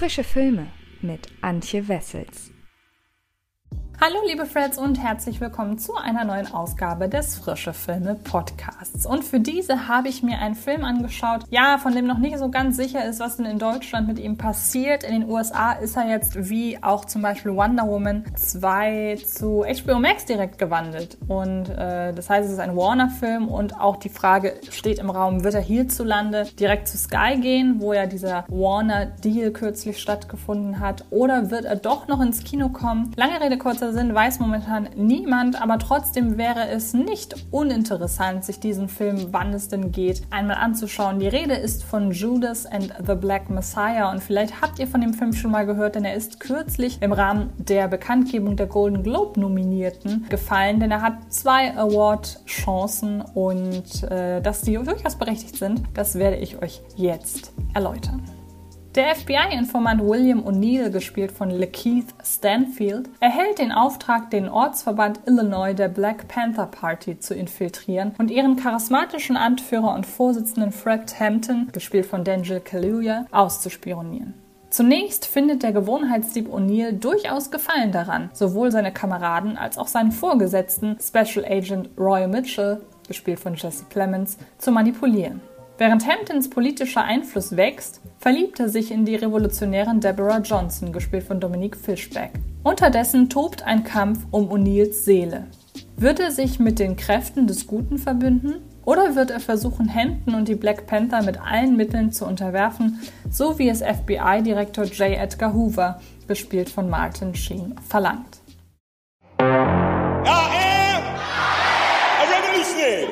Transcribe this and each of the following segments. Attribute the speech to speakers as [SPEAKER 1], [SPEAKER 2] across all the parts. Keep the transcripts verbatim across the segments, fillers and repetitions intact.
[SPEAKER 1] Frische Filme mit Antje Wessels.
[SPEAKER 2] Hallo liebe Freds und herzlich willkommen zu einer neuen Ausgabe des Frische Filme Podcasts. Und für diese habe ich mir einen Film angeschaut, ja, von dem noch nicht so ganz sicher ist, was denn in Deutschland mit ihm passiert. In den U S A ist er jetzt wie auch zum Beispiel Wonder Woman zwei zu H B O Max direkt gewandelt. Und äh, das heißt, es ist ein Warner-Film und auch die Frage steht im Raum, wird er hierzulande direkt zu Sky gehen, wo ja dieser Warner-Deal kürzlich stattgefunden hat, oder wird er doch noch ins Kino kommen? Lange Rede, kurzer Sinn, weiß momentan niemand, aber trotzdem wäre es nicht uninteressant, sich diesen Film, wann es denn geht, einmal anzuschauen. Die Rede ist von Judas and the Black Messiah und vielleicht habt ihr von dem Film schon mal gehört, denn er ist kürzlich im Rahmen der Bekanntgebung der Golden Globe Nominierten gefallen, denn er hat zwei Award-Chancen und äh, dass die durchaus berechtigt sind, das werde ich euch jetzt erläutern. Der F B I-Informant William O'Neill, gespielt von Lakeith Stanfield, erhält den Auftrag, den Ortsverband Illinois der Black Panther Party zu infiltrieren und ihren charismatischen Anführer und Vorsitzenden Fred Hampton, gespielt von Daniel Kaluuya, auszuspionieren. Zunächst findet der Gewohnheitsdieb O'Neill durchaus Gefallen daran, sowohl seine Kameraden als auch seinen Vorgesetzten, Special Agent Roy Mitchell, gespielt von Jesse Plemons, zu manipulieren. Während Hamptons politischer Einfluss wächst, verliebt er sich in die Revolutionärin Deborah Johnson, gespielt von Dominique Fishback. Unterdessen tobt ein Kampf um O'Neills Seele. Wird er sich mit den Kräften des Guten verbünden? Oder wird er versuchen, Hampton und die Black Panther mit allen Mitteln zu unterwerfen, so wie es F B I-Direktor J. Edgar Hoover, gespielt von Martin Sheen, verlangt?
[SPEAKER 3] I am a revolutionary.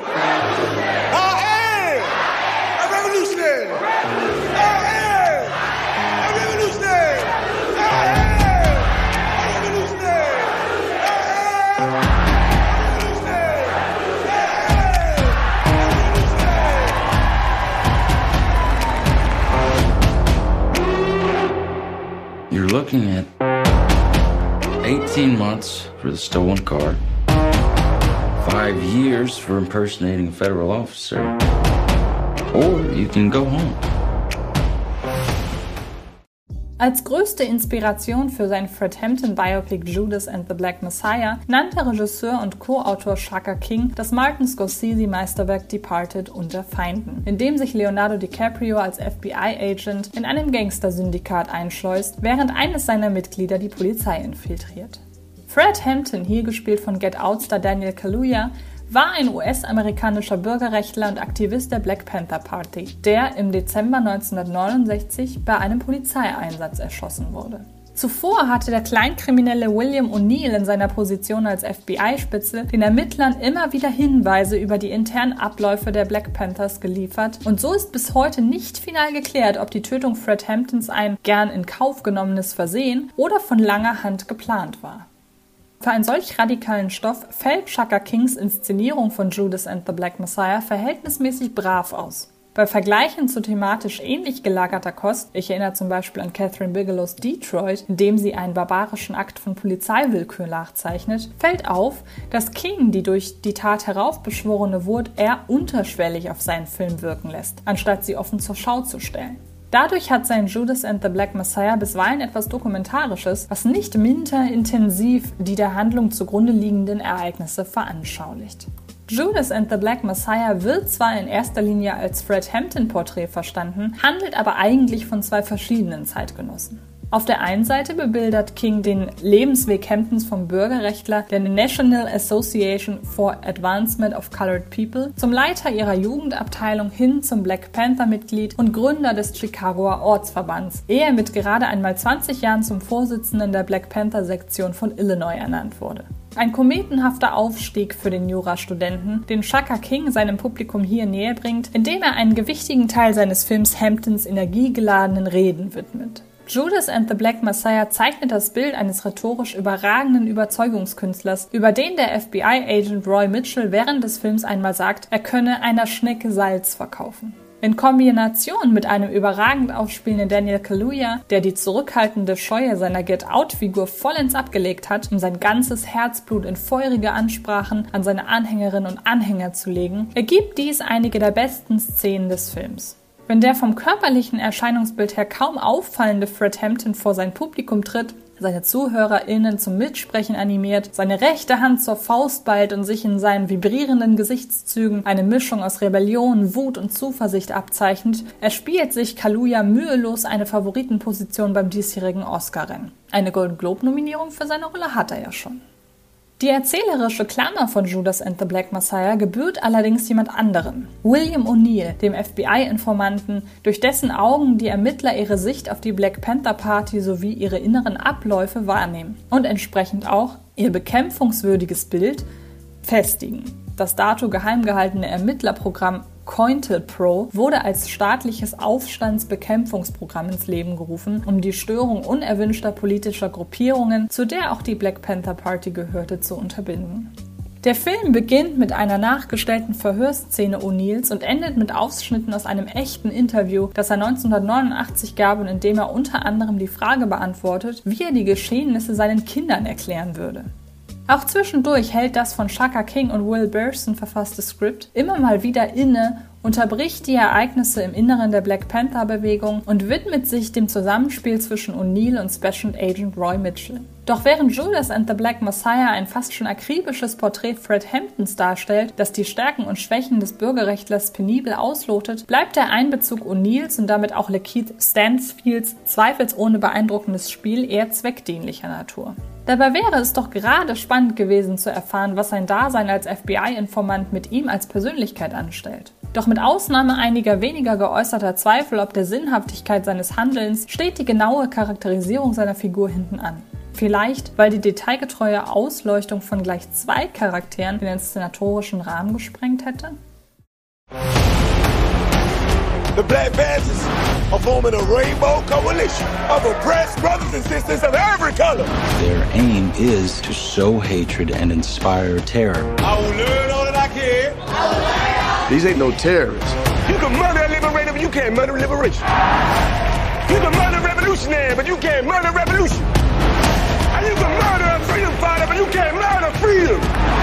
[SPEAKER 4] You're looking at eighteen months for the stolen car, five years for impersonating a federal officer, or you can go home.
[SPEAKER 2] Als größte Inspiration für sein Fred Hampton-Biopic Judas and the Black Messiah nannte Regisseur und Co-Autor Shaka King das Martin Scorsese-Meisterwerk Departed unter Feinden, in dem sich Leonardo DiCaprio als F B I-Agent in einem Gangster-Syndikat einschleust, während eines seiner Mitglieder die Polizei infiltriert. Fred Hampton, hier gespielt von Get Out-Star Daniel Kaluuya, war ein U S-amerikanischer Bürgerrechtler und Aktivist der Black Panther Party, der im Dezember neunzehnhundertneunundsechzig bei einem Polizeieinsatz erschossen wurde. Zuvor hatte der Kleinkriminelle William O'Neill in seiner Position als F B I-Spitze den Ermittlern immer wieder Hinweise über die internen Abläufe der Black Panthers geliefert und so ist bis heute nicht final geklärt, ob die Tötung Fred Hamptons ein gern in Kauf genommenes Versehen oder von langer Hand geplant war. Für einen solch radikalen Stoff fällt Shaka Kings Inszenierung von Judas and the Black Messiah verhältnismäßig brav aus. Bei Vergleichen zu thematisch ähnlich gelagerter Kost, ich erinnere zum Beispiel an Catherine Bigelows Detroit, in dem sie einen barbarischen Akt von Polizeiwillkür nachzeichnet, fällt auf, dass King die durch die Tat heraufbeschworene Wut eher unterschwellig auf seinen Film wirken lässt, anstatt sie offen zur Schau zu stellen. Dadurch hat sein Judas and the Black Messiah bisweilen etwas Dokumentarisches, was nicht minder intensiv die der Handlung zugrunde liegenden Ereignisse veranschaulicht. Judas and the Black Messiah wird zwar in erster Linie als Fred Hampton-Porträt verstanden, handelt aber eigentlich von zwei verschiedenen Zeitgenossen. Auf der einen Seite bebildert King den Lebensweg Hamptons vom Bürgerrechtler der National Association for Advancement of Colored People zum Leiter ihrer Jugendabteilung hin zum Black Panther-Mitglied und Gründer des Chicagoer Ortsverbands, ehe er mit gerade einmal zwanzig Jahren zum Vorsitzenden der Black Panther-Sektion von Illinois ernannt wurde. Ein kometenhafter Aufstieg für den Jurastudenten, den Shaka King seinem Publikum hier näher bringt, indem er einen gewichtigen Teil seines Films Hamptons energiegeladenen Reden widmet. Judas and the Black Messiah zeichnet das Bild eines rhetorisch überragenden Überzeugungskünstlers, über den der F B I-Agent Roy Mitchell während des Films einmal sagt, er könne einer Schnecke Salz verkaufen. In Kombination mit einem überragend aufspielenden Daniel Kaluuya, der die zurückhaltende Scheue seiner Get-Out-Figur vollends abgelegt hat, um sein ganzes Herzblut in feurige Ansprachen an seine Anhängerinnen und Anhänger zu legen, ergibt dies einige der besten Szenen des Films. Wenn der vom körperlichen Erscheinungsbild her kaum auffallende Fred Hampton vor sein Publikum tritt, seine ZuhörerInnen zum Mitsprechen animiert, seine rechte Hand zur Faust ballt und sich in seinen vibrierenden Gesichtszügen eine Mischung aus Rebellion, Wut und Zuversicht abzeichnet, erspielt sich Kaluuya mühelos eine Favoritenposition beim diesjährigen Oscar-Rennen. Eine Golden Globe-Nominierung für seine Rolle hat er ja schon. Die erzählerische Klammer von Judas and the Black Messiah gebührt allerdings jemand anderem. William O'Neill, dem F B I-Informanten, durch dessen Augen die Ermittler ihre Sicht auf die Black Panther Party sowie ihre inneren Abläufe wahrnehmen und entsprechend auch ihr bekämpfungswürdiges Bild festigen. Das dato geheim gehaltene Ermittlerprogramm COINTELPRO wurde als staatliches Aufstandsbekämpfungsprogramm ins Leben gerufen, um die Störung unerwünschter politischer Gruppierungen, zu der auch die Black Panther Party gehörte, zu unterbinden. Der Film beginnt mit einer nachgestellten Verhörszene O'Neills und endet mit Ausschnitten aus einem echten Interview, das er neunzehnhundertneunundachtzig gab und in dem er unter anderem die Frage beantwortet, wie er die Geschehnisse seinen Kindern erklären würde. Auch zwischendurch hält das von Shaka King und Will Burson verfasste Skript immer mal wieder inne, unterbricht die Ereignisse im Inneren der Black Panther-Bewegung und widmet sich dem Zusammenspiel zwischen O'Neill und Special Agent Roy Mitchell. Doch während Judas and the Black Messiah ein fast schon akribisches Porträt Fred Hamptons darstellt, das die Stärken und Schwächen des Bürgerrechtlers penibel auslotet, bleibt der Einbezug O'Neills und damit auch Lakeith Stanfields zweifelsohne beeindruckendes Spiel eher zweckdienlicher Natur. Dabei wäre es doch gerade spannend gewesen zu erfahren, was sein Dasein als F B I-Informant mit ihm als Persönlichkeit anstellt. Doch mit Ausnahme einiger weniger geäußerter Zweifel ob der Sinnhaftigkeit seines Handelns steht die genaue Charakterisierung seiner Figur hinten an. Vielleicht, weil die detailgetreue Ausleuchtung von gleich zwei Charakteren den inszenatorischen Rahmen gesprengt hätte?
[SPEAKER 3] The Black Panthers are forming a rainbow coalition of oppressed brothers and sisters of every color.
[SPEAKER 5] Their aim is to sow hatred and inspire terror.
[SPEAKER 3] I will learn all that I can.
[SPEAKER 6] These ain't no terrorists.
[SPEAKER 3] You can murder a liberator, but you can't murder liberation. You can murder a revolutionary, but you can't murder revolution. And you can murder a freedom fighter, but you can't murder freedom.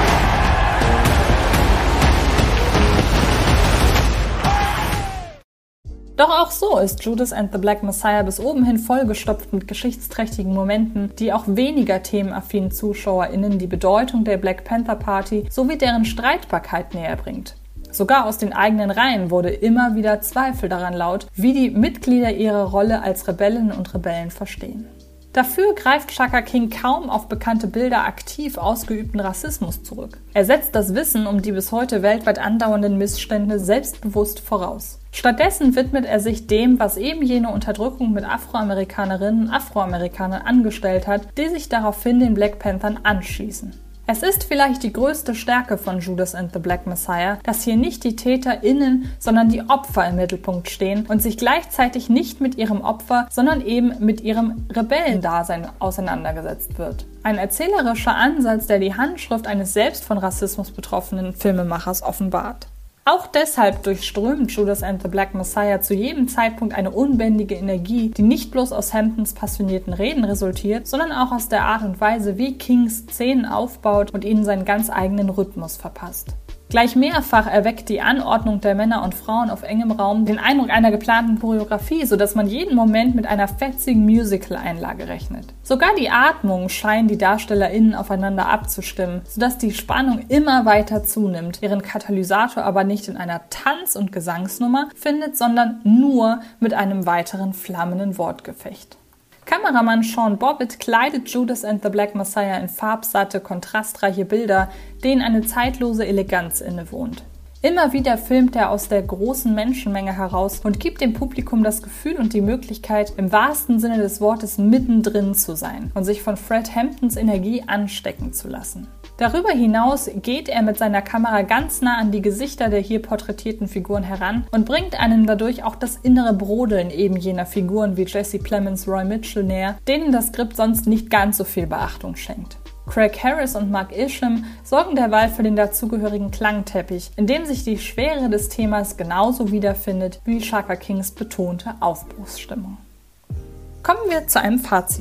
[SPEAKER 2] Doch auch so ist Judas and the Black Messiah bis oben hin vollgestopft mit geschichtsträchtigen Momenten, die auch weniger themenaffinen ZuschauerInnen die Bedeutung der Black Panther Party sowie deren Streitbarkeit näher bringt. Sogar aus den eigenen Reihen wurde immer wieder Zweifel daran laut, wie die Mitglieder ihre Rolle als Rebellinnen und Rebellen verstehen. Dafür greift Shaka King kaum auf bekannte Bilder aktiv ausgeübten Rassismus zurück. Er setzt das Wissen um die bis heute weltweit andauernden Missstände selbstbewusst voraus. Stattdessen widmet er sich dem, was eben jene Unterdrückung mit Afroamerikanerinnen und Afroamerikanern angestellt hat, die sich daraufhin den Black Panthern anschließen. Es ist vielleicht die größte Stärke von Judas and the Black Messiah, dass hier nicht die TäterInnen, sondern die Opfer im Mittelpunkt stehen und sich gleichzeitig nicht mit ihrem Opfer, sondern eben mit ihrem Rebellendasein auseinandergesetzt wird. Ein erzählerischer Ansatz, der die Handschrift eines selbst von Rassismus betroffenen Filmemachers offenbart. Auch deshalb durchströmt Judas and the Black Messiah zu jedem Zeitpunkt eine unbändige Energie, die nicht bloß aus Hamptons passionierten Reden resultiert, sondern auch aus der Art und Weise, wie King Szenen aufbaut und ihnen seinen ganz eigenen Rhythmus verpasst. Gleich mehrfach erweckt die Anordnung der Männer und Frauen auf engem Raum den Eindruck einer geplanten Choreografie, sodass man jeden Moment mit einer fetzigen Musical-Einlage rechnet. Sogar die Atmung scheinen die DarstellerInnen aufeinander abzustimmen, sodass die Spannung immer weiter zunimmt, ihren Katalysator aber nicht in einer Tanz- und Gesangsnummer findet, sondern nur mit einem weiteren flammenden Wortgefecht. Kameramann Sean Bobbitt kleidet Judas and the Black Messiah in farbsatte, kontrastreiche Bilder, denen eine zeitlose Eleganz innewohnt. Immer wieder filmt er aus der großen Menschenmenge heraus und gibt dem Publikum das Gefühl und die Möglichkeit, im wahrsten Sinne des Wortes mittendrin zu sein und sich von Fred Hamptons Energie anstecken zu lassen. Darüber hinaus geht er mit seiner Kamera ganz nah an die Gesichter der hier porträtierten Figuren heran und bringt einem dadurch auch das innere Brodeln eben jener Figuren wie Jesse Plemons, Roy Mitchell näher, denen das Skript sonst nicht ganz so viel Beachtung schenkt. Craig Harris und Mark Isham sorgen derweil für den dazugehörigen Klangteppich, in dem sich die Schwere des Themas genauso wiederfindet wie Shaka Kings betonte Aufbruchsstimmung. Kommen wir zu einem Fazit.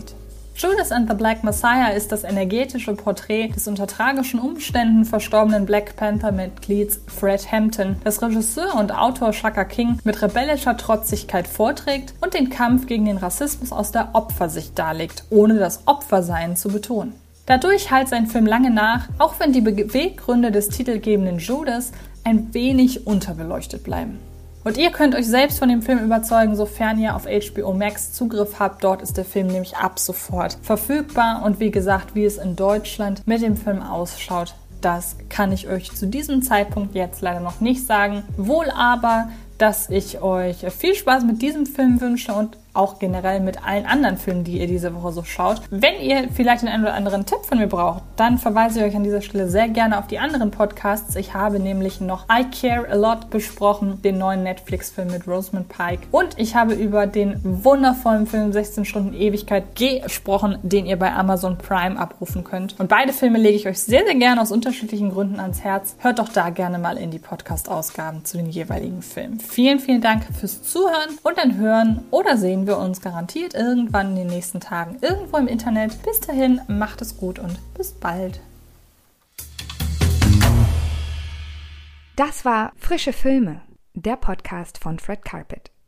[SPEAKER 2] Judas and the Black Messiah ist das energetische Porträt des unter tragischen Umständen verstorbenen Black Panther-Mitglieds Fred Hampton, das Regisseur und Autor Shaka King mit rebellischer Trotzigkeit vorträgt und den Kampf gegen den Rassismus aus der Opfersicht darlegt, ohne das Opfersein zu betonen. Dadurch hallt sein Film lange nach, auch wenn die Beweggründe des titelgebenden Judas ein wenig unterbeleuchtet bleiben. Und ihr könnt euch selbst von dem Film überzeugen, sofern ihr auf H B O Max Zugriff habt. Dort ist der Film nämlich ab sofort verfügbar. Und wie gesagt, wie es in Deutschland mit dem Film ausschaut, das kann ich euch zu diesem Zeitpunkt jetzt leider noch nicht sagen. Wohl aber, dass ich euch viel Spaß mit diesem Film wünsche und auch generell mit allen anderen Filmen, die ihr diese Woche so schaut. Wenn ihr vielleicht den einen oder anderen Tipp von mir braucht, dann verweise ich euch an dieser Stelle sehr gerne auf die anderen Podcasts. Ich habe nämlich noch I Care A Lot besprochen, den neuen Netflix-Film mit Rosamund Pike. Und ich habe über den wundervollen Film sechzehn Stunden Ewigkeit gesprochen, den ihr bei Amazon Prime abrufen könnt. Und beide Filme lege ich euch sehr, sehr gerne aus unterschiedlichen Gründen ans Herz. Hört doch da gerne mal in die Podcast-Ausgaben zu den jeweiligen Filmen. Vielen, vielen Dank fürs Zuhören und dann hören oder sehen wir uns garantiert irgendwann in den nächsten Tagen irgendwo im Internet. Bis dahin, macht es gut und bis bald.
[SPEAKER 1] Das war Frische Filme, der Podcast von Fred Carpet.